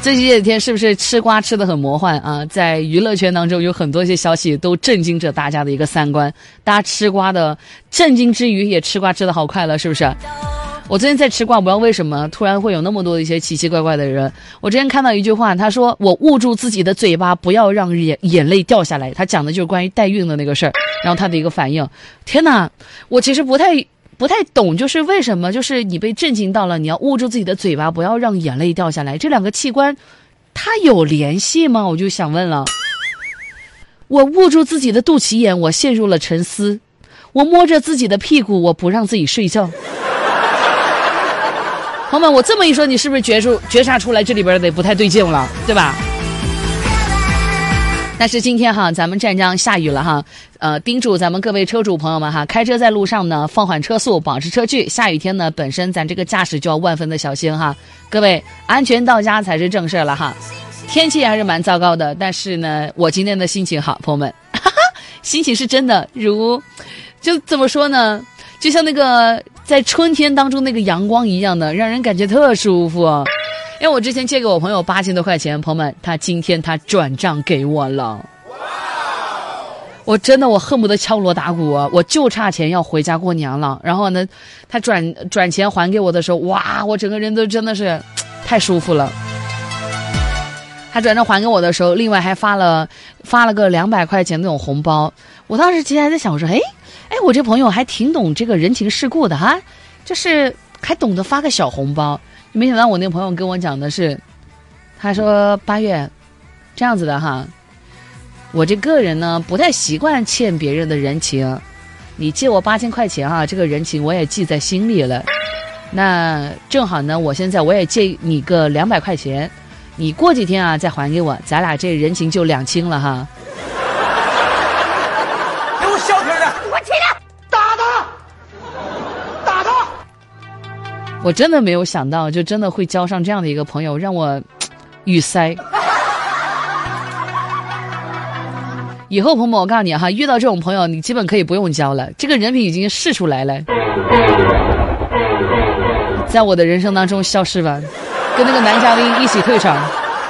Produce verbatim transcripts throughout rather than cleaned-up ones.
最近这几天是不是吃瓜吃得很魔幻啊？在娱乐圈当中有很多一些消息都震惊着大家的一个三观，大家吃瓜的震惊之余也吃瓜吃得好快乐，是不是？我最近在吃瓜，不知道为什么突然会有那么多的一些奇奇怪怪的人。我之前看到一句话，他说我捂住自己的嘴巴，不要让眼眼泪掉下来。他讲的就是关于代孕的那个事儿，然后他的一个反应，天哪，我其实不太不太懂，就是为什么就是你被震惊到了，你要捂住自己的嘴巴，不要让眼泪掉下来，这两个器官它有联系吗？我就想问了。我捂住自己的肚脐眼，我陷入了沉思。我摸着自己的屁股，我不让自己睡觉。朋友们，我这么一说，你是不是觉出觉察出来这里边得不太对劲了，对吧？但是今天哈，咱们湛江下雨了哈，呃，叮嘱咱们各位车主朋友们哈，开车在路上呢，放缓车速，保持车距。下雨天呢，本身咱这个驾驶就要万分的小心哈，各位安全到家才是正事了哈。天气还是蛮糟糕的，但是呢，我今天的心情好，朋友们，哈哈，心情是真的如，就怎么说呢？就像那个在春天当中那个阳光一样的，让人感觉特舒服。因为我之前借给我朋友八千多块钱，朋友们，他今天他转账给我了。我真的我恨不得敲锣打鼓啊！我就差钱要回家过年了。然后呢，他转转钱还给我的时候，哇，我整个人都真的是太舒服了。他转账还给我的时候，另外还发了发了个两百块钱那种红包。我当时其实还在想，我说，哎哎，我这朋友还挺懂这个人情世故的哈，就是还懂得发个小红包。没想到我那朋友跟我讲的是，他说八月这样子的哈，我这个人呢不太习惯欠别人的人情，你借我八千块钱哈，这个人情我也记在心里了。那正好呢，我现在我也借你个两百块钱，你过几天啊再还给我，咱俩这人情就两清了哈。 给我消停点！我起来，打他，打他！ 我真的没有想到，就真的会交上这样的一个朋友，让我语塞。以后朋友们，我告诉你哈，遇到这种朋友，你基本可以不用交了，这个人品已经试出来了，在我的人生当中消失吧，跟那个男嘉宾一起退场。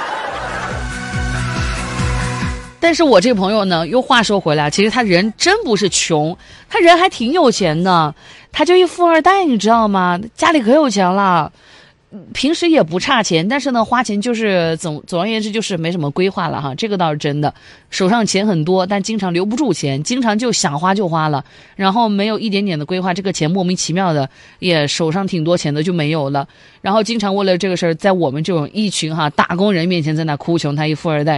但是我这个朋友呢，又话说回来，其实他人真不是穷，他人还挺有钱的，他就一富二代，你知道吗？家里可有钱了，平时也不差钱，但是呢，花钱就是总总而言之就是没什么规划了哈，这个倒是真的。手上钱很多，但经常留不住钱，经常就想花就花了，然后没有一点点的规划，这个钱莫名其妙的也手上挺多钱的就没有了，然后经常为了这个事儿，在我们这种一群哈打工人面前在那哭穷，他一富二代。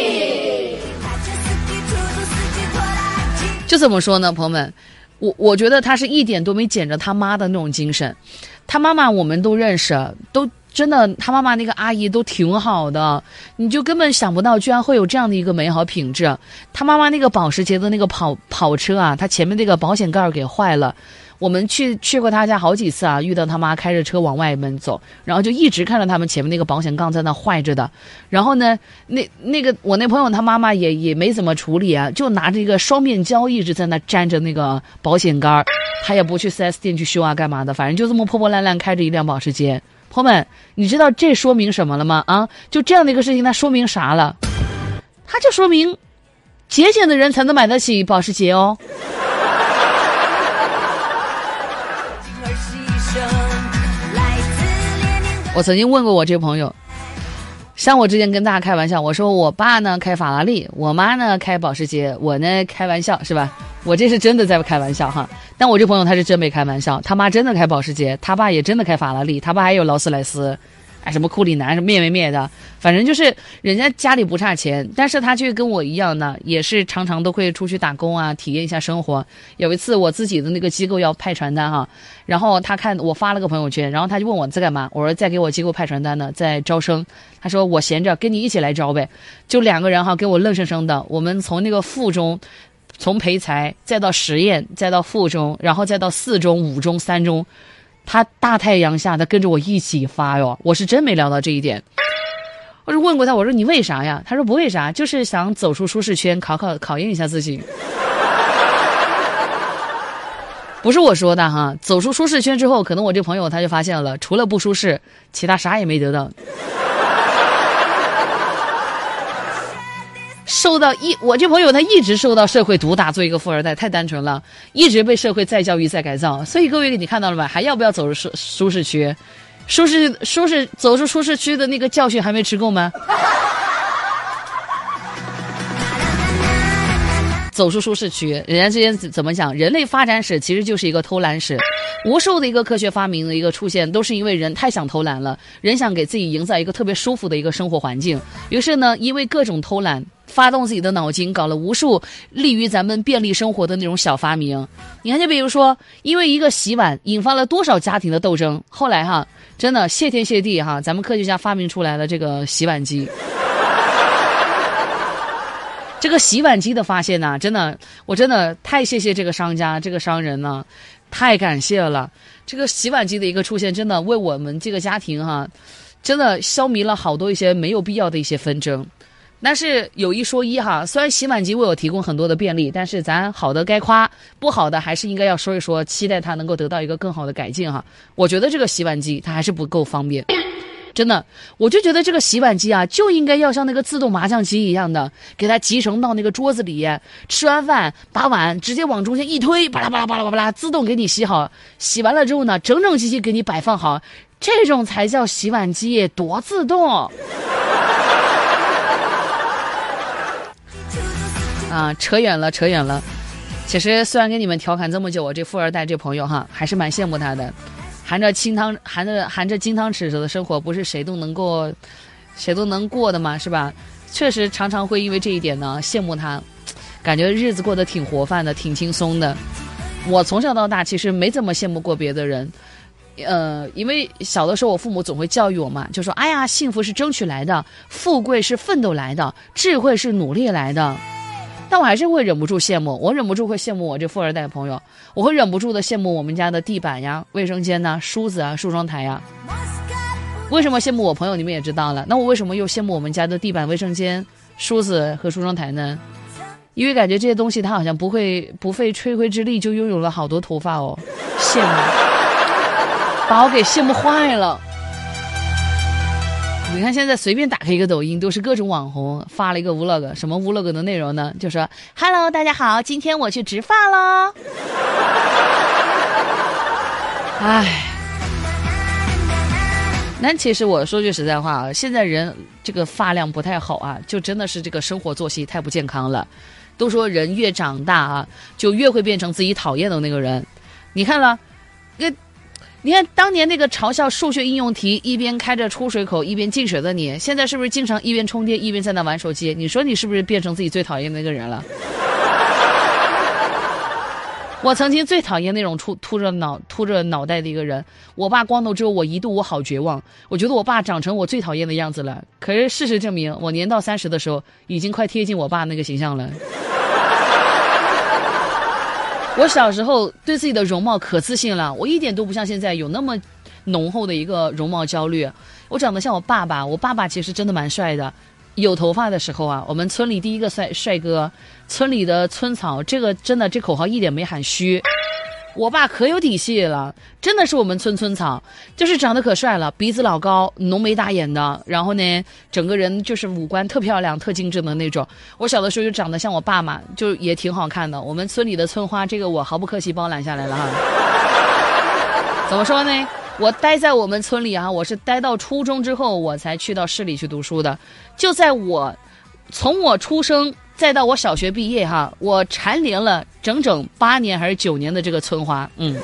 这怎么说呢，朋友们？我我觉得他是一点都没捡着他妈的那种精神。他妈妈我们都认识，都真的，他妈妈那个阿姨都挺好的，你就根本想不到居然会有这样的一个美好品质。他妈妈那个保时捷的那个跑跑车啊，他前面那个保险盖给坏了。我们去去过他家好几次啊，遇到他妈开着车往外面走，然后就一直看着他们前面那个保险杠在那坏着的。然后呢，那那个我那朋友他妈妈也也没怎么处理啊，就拿着一个双面胶一直在那粘着那个保险杆，他也不去 四 S 店去修啊干嘛的，反正就这么破破烂烂开着一辆保时捷。朋友们，你知道这说明什么了吗？啊，就这样的一个事情，它说明啥了？它就说明节俭的人才能买得起保时捷哦。我曾经问过我这个朋友，像我之前跟大家开玩笑，我说我爸呢开法拉利，我妈呢开保时捷，我呢开玩笑是吧？我这是真的在开玩笑哈。但我这朋友他是真没开玩笑，他妈真的开保时捷，他爸也真的开法拉利，他爸还有劳斯莱斯，哎，什么库里南什么灭灭灭的，反正就是人家家里不差钱，但是他却跟我一样呢，也是常常都会出去打工啊，体验一下生活。有一次我自己的那个机构要派传单哈，然后他看我发了个朋友圈，然后他就问我在干嘛，我说在给我机构派传单呢，在招生。他说我闲着跟你一起来招呗，就两个人哈，给我愣生生的，我们从那个附中。从培才再到实验，再到附中，然后再到四中、五中、三中，他大太阳下，他跟着我一起发哟。我是真没料到这一点。我就问过他，我说你为啥呀？他说不为啥，就是想走出舒适圈，考考考验一下自己。不是我说的哈，走出舒适圈之后，可能我这朋友他就发现了，除了不舒适，其他啥也没得到。 受到一我这朋友他一直受到社会毒打，做一个富二代太单纯了，一直被社会再教育再改造。所以各位你看到了吧？还要不要走入舒舒适区？舒适舒适走出舒适区的那个教训还没吃够吗？走出舒适区，人家之前怎么讲？人类发展史其实就是一个偷懒史，无数的一个科学发明的一个出现，都是因为人太想偷懒了，人想给自己营造一个特别舒服的一个生活环境，于是呢，因为各种偷懒，发动自己的脑筋，搞了无数利于咱们便利生活的那种小发明。你看，就比如说，因为一个洗碗，引发了多少家庭的斗争。后来哈，真的谢天谢地哈，咱们科学家发明出来了这个洗碗机。这个洗碗机的发现呢、啊，真的，我真的太谢谢这个商家、这个商人呢，太感谢了。这个洗碗机的一个出现，真的为我们这个家庭哈，真的消弭了好多一些没有必要的一些纷争。但是有一说一哈，虽然洗碗机为我提供很多的便利，但是咱好的该夸，不好的还是应该要说一说，期待它能够得到一个更好的改进哈。我觉得这个洗碗机它还是不够方便。真的，我就觉得这个洗碗机啊，就应该要像那个自动麻将机一样的，给它集成到那个桌子里，吃完饭把碗直接往中间一推，巴拉巴拉巴拉巴拉，自动给你洗好。洗完了之后呢，整整齐齐给你摆放好，这种才叫洗碗机，多自动啊！扯远了，扯远了。其实虽然跟你们调侃这么久，我这富二代这朋友哈，还是蛮羡慕他的。含着清汤含着含着金汤匙的生活，不是谁都能够谁都能过的嘛，是吧？确实常常会因为这一点呢羡慕他，感觉日子过得挺活泛的，挺轻松的。我从小到大其实没怎么羡慕过别的人，呃，因为小的时候我父母总会教育我嘛，就说哎呀，幸福是争取来的，富贵是奋斗来的，智慧是努力来的。但我还是会忍不住羡慕，我忍不住会羡慕我这富二代朋友，我会忍不住的羡慕我们家的地板呀、卫生间呐、梳子啊、梳妆台呀。为什么羡慕我朋友？你们也知道了。那我为什么又羡慕我们家的地板、卫生间、梳子和梳妆台呢？因为感觉这些东西它好像不会不费吹灰之力就拥有了好多头发哦，羡慕，把我给羡慕坏了。你看现在随便打开一个抖音都是各种网红发了一个 vlog， 什么 vlog 的内容呢？就说 Hello 大家好，今天我去植发咯。唉，那其实我说句实在话啊，现在人这个发量不太好啊，就真的是这个生活作息太不健康了。都说人越长大啊，就越会变成自己讨厌的那个人。你看了，那。你看当年那个嘲笑数学应用题一边开着出水口一边进水的你，现在是不是经常一边充电一边在那玩手机？你说你是不是变成自己最讨厌的那个人了？我曾经最讨厌那种秃秃着脑秃着脑袋的一个人。我爸光头之后，我一度我好绝望，我觉得我爸长成我最讨厌的样子了。可是事实证明，我年到三十的时候，已经快贴近我爸那个形象了。我小时候对自己的容貌可自信了，我一点都不像现在有那么浓厚的一个容貌焦虑。我长得像我爸爸，我爸爸其实真的蛮帅的。有头发的时候啊，我们村里第一个帅帅哥，村里的村草，这个真的这口号一点没喊虚。我爸可有底气了，真的是我们村村草，就是长得可帅了，鼻子老高，浓眉大眼的，然后呢，整个人就是五官特漂亮、特精致的那种。我小的时候就长得像我爸嘛，就也挺好看的。我们村里的村花，这个我毫不客气包揽下来了哈。怎么说呢？我待在我们村里啊，我是待到初中之后，我才去到市里去读书的。就在我从我出生再到我小学毕业哈，我蝉联了整整八年还是九年的这个村花，嗯。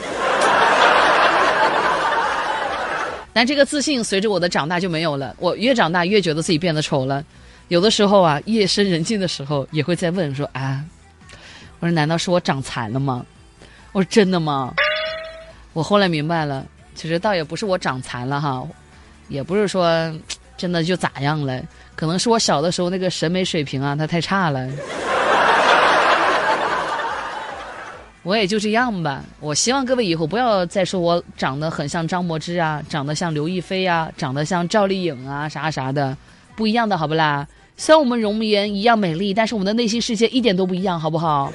但这个自信随着我的长大就没有了，我越长大越觉得自己变得丑了。有的时候啊，夜深人静的时候也会在问说啊，我说难道是我长残了吗？我说真的吗？我后来明白了，其实倒也不是我长残了哈，也不是说真的就咋样了，可能是我小的时候那个审美水平啊，它太差了。我也就这样吧。我希望各位以后不要再说我长得很像张柏芝啊，长得像刘亦菲啊，长得像赵丽颖啊，啥啥的，不一样的好不啦？虽然我们容颜一样美丽，但是我们的内心世界一点都不一样，好不好？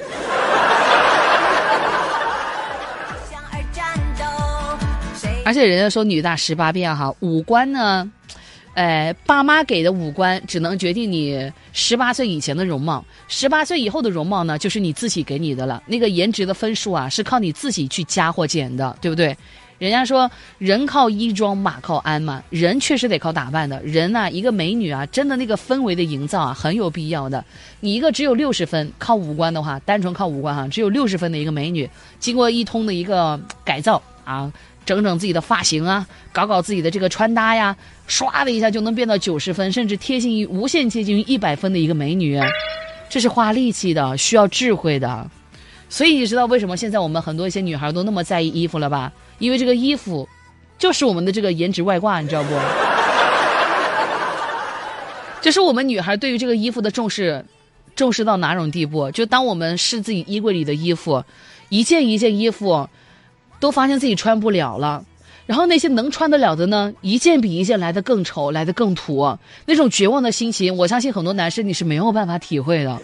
而且人家说女大十八变哈，五官呢呃，爸妈给的五官只能决定你十八岁以前的容貌，十八岁以后的容貌呢，就是你自己给你的了。那个颜值的分数啊，是靠你自己去加或减的，对不对？人家说人靠衣装，马靠鞍嘛，人确实得靠打扮的。人啊，一个美女啊，真的那个氛围的营造啊，很有必要的。你一个只有六十分，靠五官的话，单纯靠五官哈、啊，只有六十分的一个美女，经过一通的一个改造啊，整整自己的发型啊，搞搞自己的这个穿搭呀，唰的一下就能变到九十分，甚至贴近于无限接近于一百分的一个美女，这是花力气的，需要智慧的。所以你知道为什么现在我们很多一些女孩都那么在意衣服了吧？因为这个衣服就是我们的这个颜值外挂，你知道不？就是我们女孩对于这个衣服的重视，重视到哪种地步？就当我们试自己衣柜里的衣服，一件一件衣服都发现自己穿不了了，然后那些能穿得了的呢，一件比一件来得更丑，来得更土，那种绝望的心情，我相信很多男生你是没有办法体会的。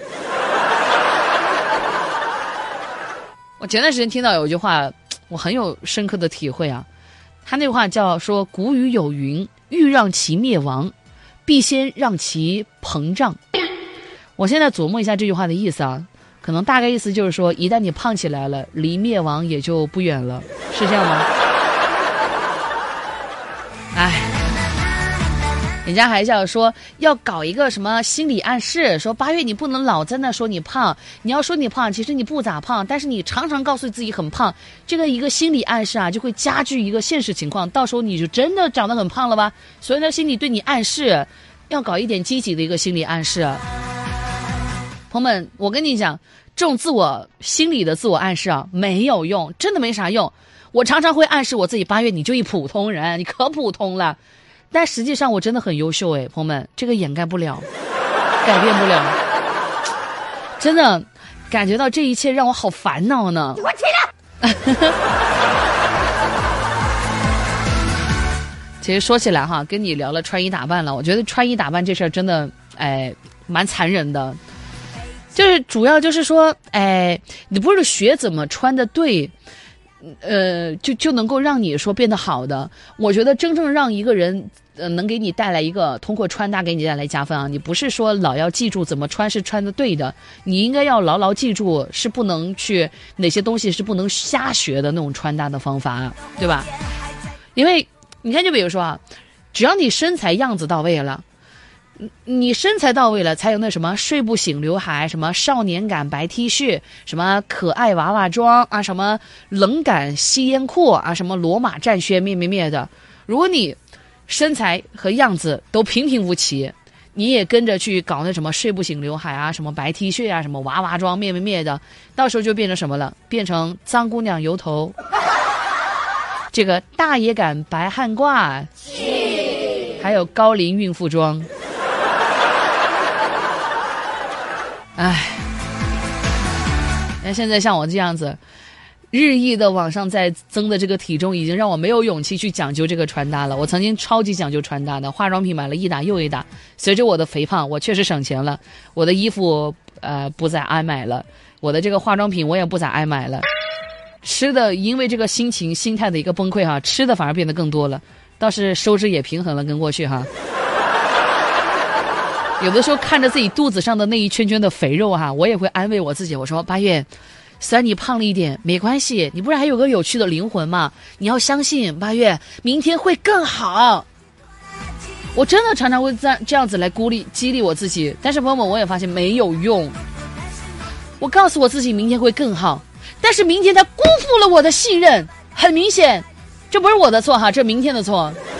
我前段时间听到有一句话，我很有深刻的体会啊。他那句话叫说：“古语有云，欲让其灭亡，必先让其膨胀。”我现在琢磨一下这句话的意思啊，可能大概意思就是说，一旦你胖起来了，离灭亡也就不远了，是这样吗？哎。人家还叫说要搞一个什么心理暗示，说八月你不能老在那说你胖，你要说你胖，其实你不咋胖，但是你常常告诉自己很胖，这个一个心理暗示啊，就会加剧一个现实情况，到时候你就真的长得很胖了吧？所以呢，心里对你暗示，要搞一点积极的一个心理暗示。朋友们，我跟你讲，这种自我心理的自我暗示啊，没有用，真的没啥用。我常常会暗示我自己，八月你就一普通人，你可普通了。但实际上我真的很优秀诶，朋友们，这个掩盖不了，改变不了，真的感觉到这一切让我好烦恼呢。你给我起来！其实说起来哈，跟你聊了穿衣打扮了，我觉得穿衣打扮这事儿真的哎蛮残忍的，就是主要就是说哎，你不是学怎么穿的对。呃，就就能够让你说变得好的。我觉得真正让一个人呃能给你带来一个通过穿搭给你带来加分啊，你不是说老要记住怎么穿是穿的对的，你应该要牢牢记住是不能去哪些东西是不能瞎学的那种穿搭的方法，对吧？因为你看，就比如说啊，只要你身材样子到位了。你身材到位了，才有那什么睡不醒刘海，什么少年感白 T 恤，什么可爱娃娃装啊，什么冷感吸烟裤啊，什么罗马战靴灭灭灭的。如果你身材和样子都平平无奇，你也跟着去搞那什么睡不醒刘海啊，什么白 T 恤啊，什么娃娃装灭灭灭的，到时候就变成什么了？变成脏姑娘油头，这个大爷感白汉褂，还有高龄孕妇装。唉，那现在像我这样子日益的往上在增的这个体重，已经让我没有勇气去讲究这个穿搭了。我曾经超级讲究穿搭的，化妆品买了一打又一打。随着我的肥胖，我确实省钱了，我的衣服呃不再爱买了，我的这个化妆品我也不咋爱买了。吃的因为这个心情心态的一个崩溃哈，吃的反而变得更多了，倒是收支也平衡了，跟过去哈。有的时候看着自己肚子上的那一圈圈的肥肉哈，我也会安慰我自己，我说八月，虽然你胖了一点没关系，你不是还有个有趣的灵魂吗？你要相信八月明天会更好。我真的常常会这这样子来鼓励激励我自己，但是朋友们，我也发现没有用。我告诉我自己明天会更好，但是明天他辜负了我的信任，很明显这不是我的错哈，这明天的错。